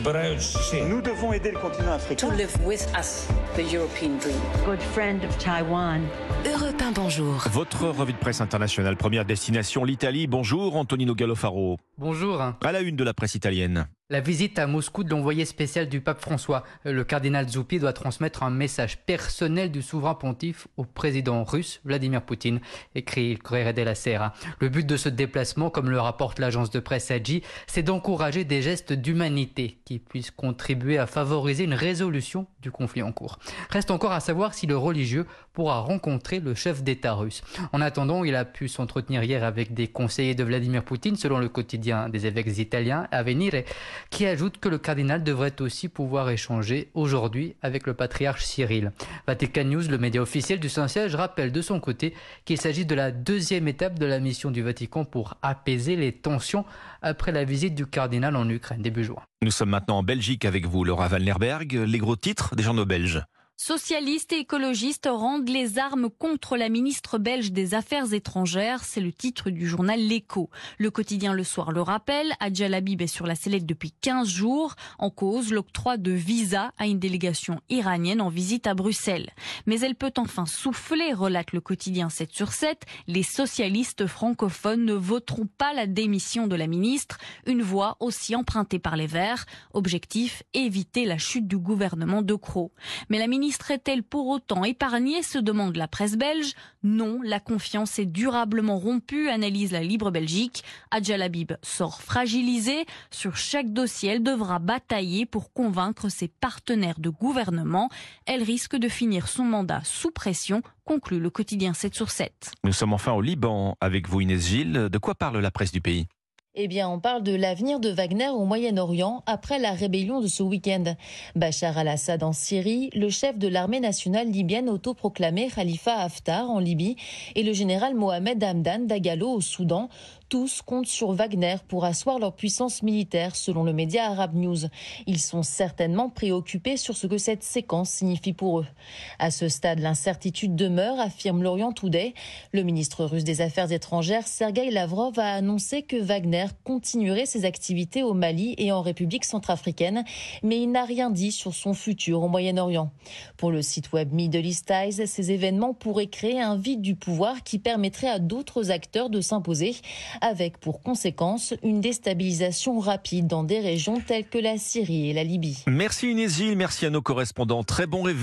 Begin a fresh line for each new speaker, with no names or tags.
Nous devons aider le continent africain.
To live with us, the European dream.
Good friend of Taiwan.
Europe 1, bonjour.
Votre revue de presse internationale, première destination, l'Italie. Bonjour Antonino Gallofaro.
Bonjour.
À la une de la presse italienne.
La visite à Moscou de l'envoyé spécial du pape François. Le cardinal Zuppi doit transmettre un message personnel du souverain pontife au président russe Vladimir Poutine, écrit il Corriere della Sera. Le but de ce déplacement, comme le rapporte l'agence de presse AGI, c'est d'encourager des gestes d'humanité qui puissent contribuer à favoriser une résolution du conflit en cours. Reste encore à savoir si le religieux pourra rencontrer le chef d'État russe. En attendant, il a pu s'entretenir hier avec des conseillers de Vladimir Poutine, selon le quotidien des évêques italiens, Avvenire, qui ajoute que le cardinal devrait aussi pouvoir échanger aujourd'hui avec le patriarche Cyril. Vatican News, le média officiel du Saint-Siège, rappelle de son côté qu'il s'agit de la deuxième étape de la mission du Vatican pour apaiser les tensions après la visite du cardinal en Ukraine début juin.
Nous sommes maintenant en Belgique avec vous, Laura Wallnerberg. Les gros titres des journaux belges.
Socialistes et écologistes rendent les armes contre la ministre belge des Affaires étrangères. C'est le titre du journal L'Écho. Le quotidien Le Soir le rappelle. Adja Labib est sur la sellette depuis 15 jours. En cause, l'octroi de visa à une délégation iranienne en visite à Bruxelles. Mais elle peut enfin souffler, relate le quotidien 7/7. Les socialistes francophones ne voteront pas la démission de la ministre. Une voie aussi empruntée par les Verts. Objectif, éviter la chute du gouvernement de Croo. Mais la ministre est-elle pour autant épargnée, se demande la presse belge. Non, la confiance est durablement rompue, analyse la Libre Belgique. Adja Labib sort fragilisée. Sur chaque dossier, elle devra batailler pour convaincre ses partenaires de gouvernement. Elle risque de finir son mandat sous pression, conclut le quotidien 7/7.
Nous sommes enfin au Liban avec vous, Inès Gilles. De quoi parle la presse du pays ?
Eh bien, on parle de l'avenir de Wagner au Moyen-Orient après la rébellion de ce week-end. Bachar al-Assad en Syrie, le chef de l'armée nationale libyenne autoproclamé Khalifa Haftar en Libye et le général Mohamed Hamdan Dagalo au Soudan. Tous comptent sur Wagner pour asseoir leur puissance militaire, selon le média Arab News. Ils sont certainement préoccupés sur ce que cette séquence signifie pour eux. À ce stade, l'incertitude demeure, affirme l'Orient Today. Le ministre russe des Affaires étrangères, Sergueï Lavrov, a annoncé que Wagner continuerait ses activités au Mali et en République centrafricaine, mais il n'a rien dit sur son futur au Moyen-Orient. Pour le site web Middle East Eyes, ces événements pourraient créer un vide du pouvoir qui permettrait à d'autres acteurs de s'imposer, avec pour conséquence une déstabilisation rapide dans des régions telles que la Syrie et la Libye.
Merci Inès Gilles, merci à nos correspondants. Très bon réveil.